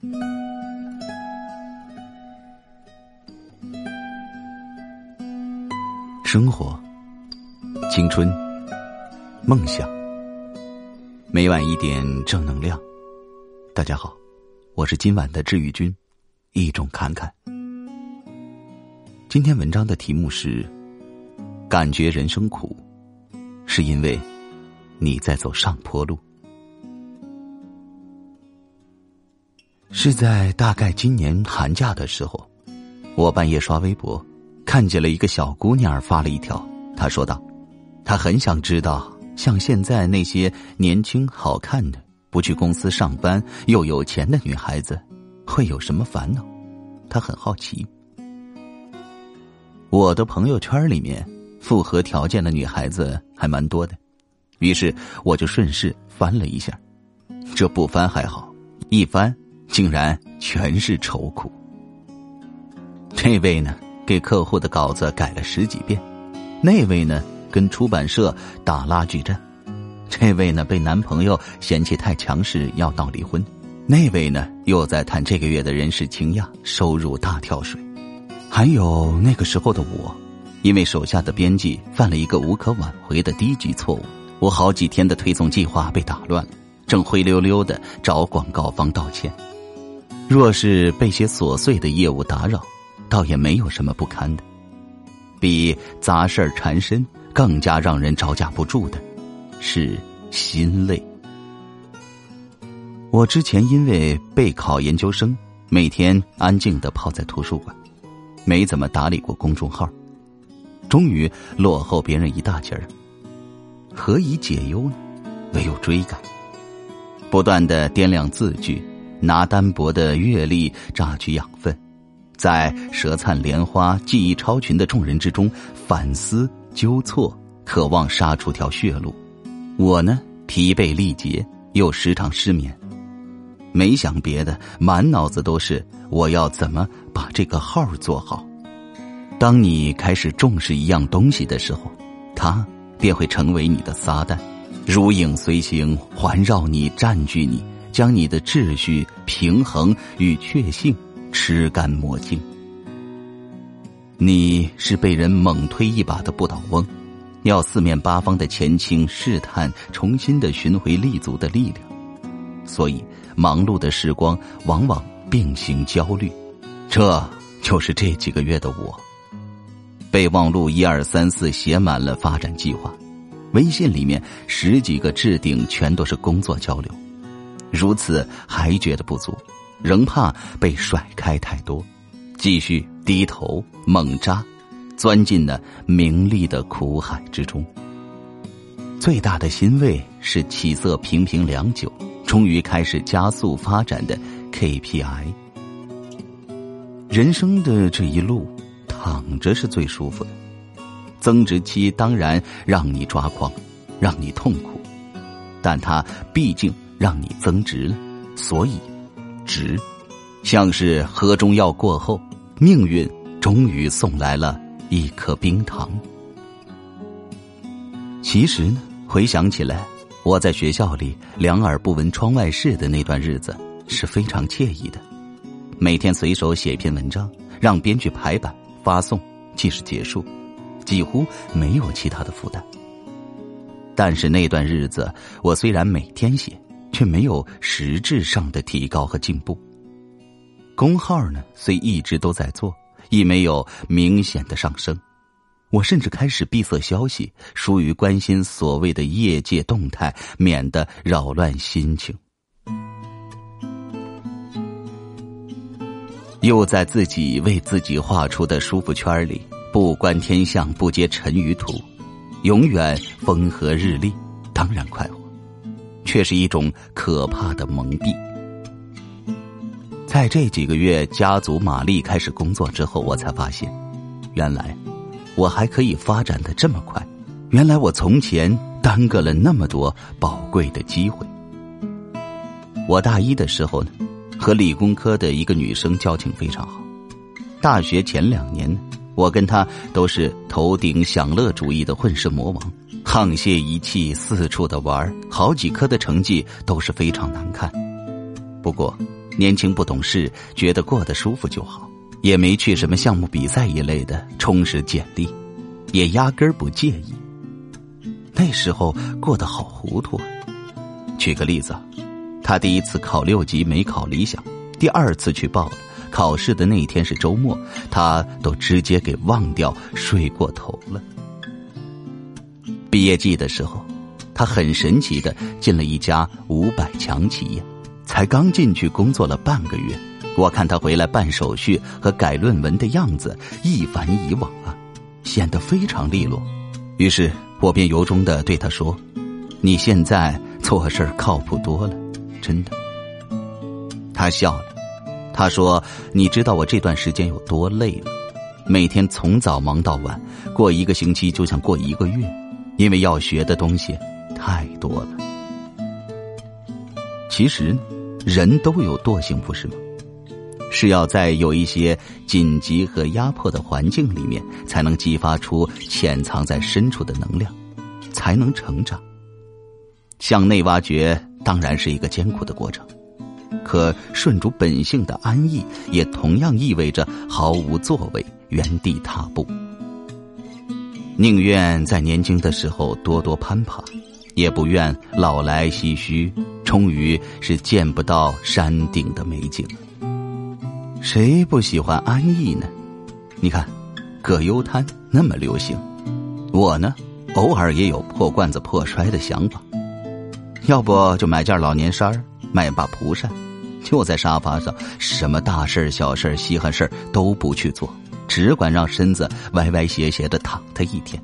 生活、青春、梦想，每晚一点正能量。大家好，我是今晚的治愈君，一种侃侃。今天文章的题目是：感觉人生苦，是因为你在走上坡路。是在大概今年寒假的时候，我半夜刷微博，看见了一个小姑娘发了一条，她说道，她很想知道像现在那些年轻好看的不去公司上班又有钱的女孩子会有什么烦恼，她很好奇。我的朋友圈里面符合条件的女孩子还蛮多的，于是我就顺势翻了一下，这不翻还好，一翻竟然全是愁苦。这位呢给客户的稿子改了10几遍，那位呢跟出版社打拉锯战，这位呢被男朋友嫌弃太强势要闹离婚，那位呢又在谈这个月的人事倾轧，收入大跳水。还有那个时候的我，因为手下的编辑犯了一个无可挽回的低级错误，我好几天的推送计划被打乱了，正灰溜溜的找广告方道歉。若是被些琐碎的业务打扰，倒也没有什么不堪的，比杂事儿缠身更加让人招架不住的是心累。我之前因为备考研究生，每天安静地泡在图书馆，没怎么打理过公众号，终于落后别人一大截儿。何以解忧呢？唯有追赶，不断地掂量字句，拿单薄的阅历榨取养分，在舌灿莲花技艺超群的众人之中反思纠错，渴望杀出条血路。我呢疲惫力竭，又时常失眠，没想别的，满脑子都是我要怎么把这个号做好。当你开始重视一样东西的时候，它便会成为你的撒旦，如影随形，环绕你，占据你，将你的秩序、平衡与确信吃干抹净。你是被人猛推一把的不倒翁，要四面八方的前倾试探，重新的寻回立足的力量。所以忙碌的时光往往并行焦虑，这就是这几个月的我。备忘录1、2、3、4写满了发展计划，微信里面10几个置顶全都是工作交流，如此还觉得不足，仍怕被甩开太多，继续低头猛扎，钻进了名利的苦海之中。最大的欣慰是起色平平良久，终于开始加速发展的 KPI。 人生的这一路躺着是最舒服的，增值期当然让你抓狂，让你痛苦，但它毕竟让你增值了，所以值。像是喝中药过后，命运终于送来了一颗冰糖。其实呢，回想起来，我在学校里两耳不闻窗外事的那段日子是非常惬意的，每天随手写一篇文章，让编剧排版发送，即是结束，几乎没有其他的负担。但是那段日子，我虽然每天写，却没有实质上的提高和进步。公号呢，虽一直都在做，亦没有明显的上升。我甚至开始闭塞消息，疏于关心所谓的业界动态，免得扰乱心情。又在自己为自己画出的舒服圈里，不观天象，不接尘与土，永远风和日丽，当然快活，却是一种可怕的蒙蔽。在这几个月家族马力开始工作之后，我才发现，原来我还可以发展得这么快，原来我从前耽搁了那么多宝贵的机会。我大一的时候呢，和理工科的一个女生交情非常好，大学前2年我跟她都是头顶享乐主义的混世魔王，沆瀣一气，四处的玩，好几科的成绩都是非常难看。不过年轻不懂事，觉得过得舒服就好，也没去什么项目比赛一类的充实简历，也压根儿不介意。那时候过得好糊涂啊。举个例子，他第一次考6级没考理想，第2次去报了，考试的那一天是周末，他都直接给忘掉，睡过头了。毕业季的时候，他很神奇的进了一家500强企业，才刚进去工作了半个月，我看他回来办手续和改论文的样子一反以往啊，显得非常利落。于是我便由衷的对他说，你现在做事靠谱多了，真的。他笑了，他说，你知道我这段时间有多累吗？每天从早忙到晚，过1个星期就像过1个月，因为要学的东西太多了。其实呢，人都有惰性，不是吗？是要在有一些紧急和压迫的环境里面，才能激发出潜藏在深处的能量，才能成长。向内挖掘当然是一个艰苦的过程，可顺逐本性的安逸也同样意味着毫无作为，原地踏步。宁愿在年轻的时候多多攀爬，也不愿老来唏嘘，终于是见不到山顶的美景。谁不喜欢安逸呢？你看葛优瘫那么流行，我呢偶尔也有破罐子破摔的想法，要不就买件老年衫，买把蒲扇，就在沙发上，什么大事小事稀罕事都不去做，只管让身子歪歪斜斜的躺他一天。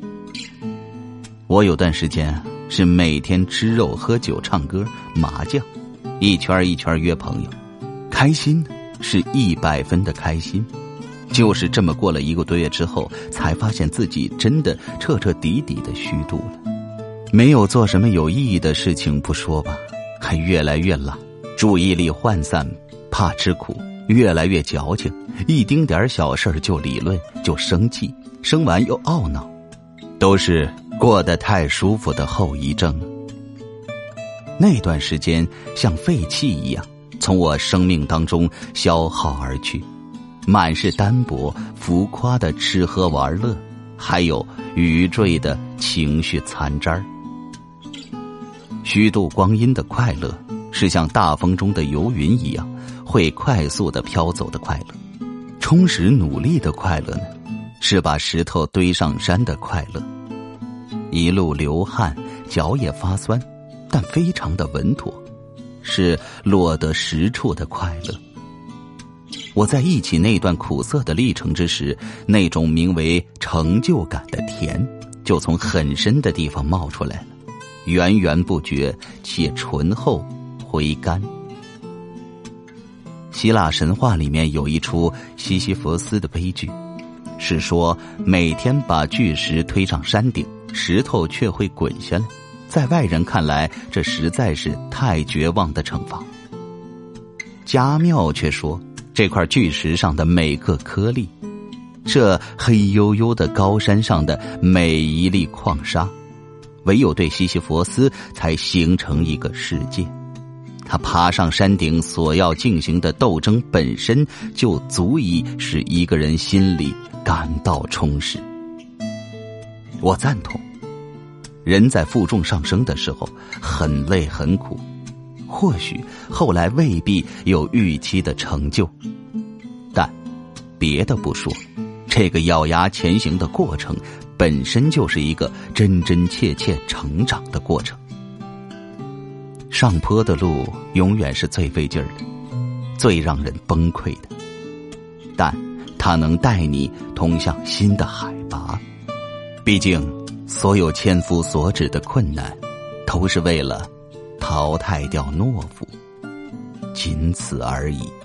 我有段时间是每天吃肉喝酒唱歌麻将，一圈一圈约朋友，开心是100分的开心。就是这么过了1个多月之后，才发现自己真的彻彻底底的虚度了。没有做什么有意义的事情不说吧，还越来越懒，注意力涣散，怕吃苦，越来越矫情，一丁点小事就理论，就生气，生完又懊恼，都是过得太舒服的后遗症。那段时间像废气一样从我生命当中消耗而去，满是单薄浮夸的吃喝玩乐，还有愚坠的情绪残渣。虚度光阴的快乐是像大风中的游云一样会快速的飘走的快乐，充实努力的快乐呢，是把石头堆上山的快乐。一路流汗，脚也发酸，但非常的稳妥，是落得实处的快乐。我在忆起那段苦涩的历程之时，那种名为成就感的甜，就从很深的地方冒出来了，源源不绝且醇厚回甘。希腊神话里面有一出西西弗斯的悲剧，是说每天把巨石推上山顶，石头却会滚下来，在外人看来，这实在是太绝望的惩罚。家庙却说，这块巨石上的每个颗粒，这黑黝黝的高山上的每一粒矿砂，唯有对西西弗斯才形成一个世界。他爬上山顶所要进行的斗争本身就足以使一个人心里感到充实。我赞同，人在负重上升的时候很累很苦，或许后来未必有预期的成就，但别的不说，这个咬牙前行的过程本身就是一个真真切切成长的过程。上坡的路永远是最费劲儿的，最让人崩溃的，但它能带你通向新的海拔。毕竟所有千夫所指的困难都是为了淘汰掉懦夫，仅此而已。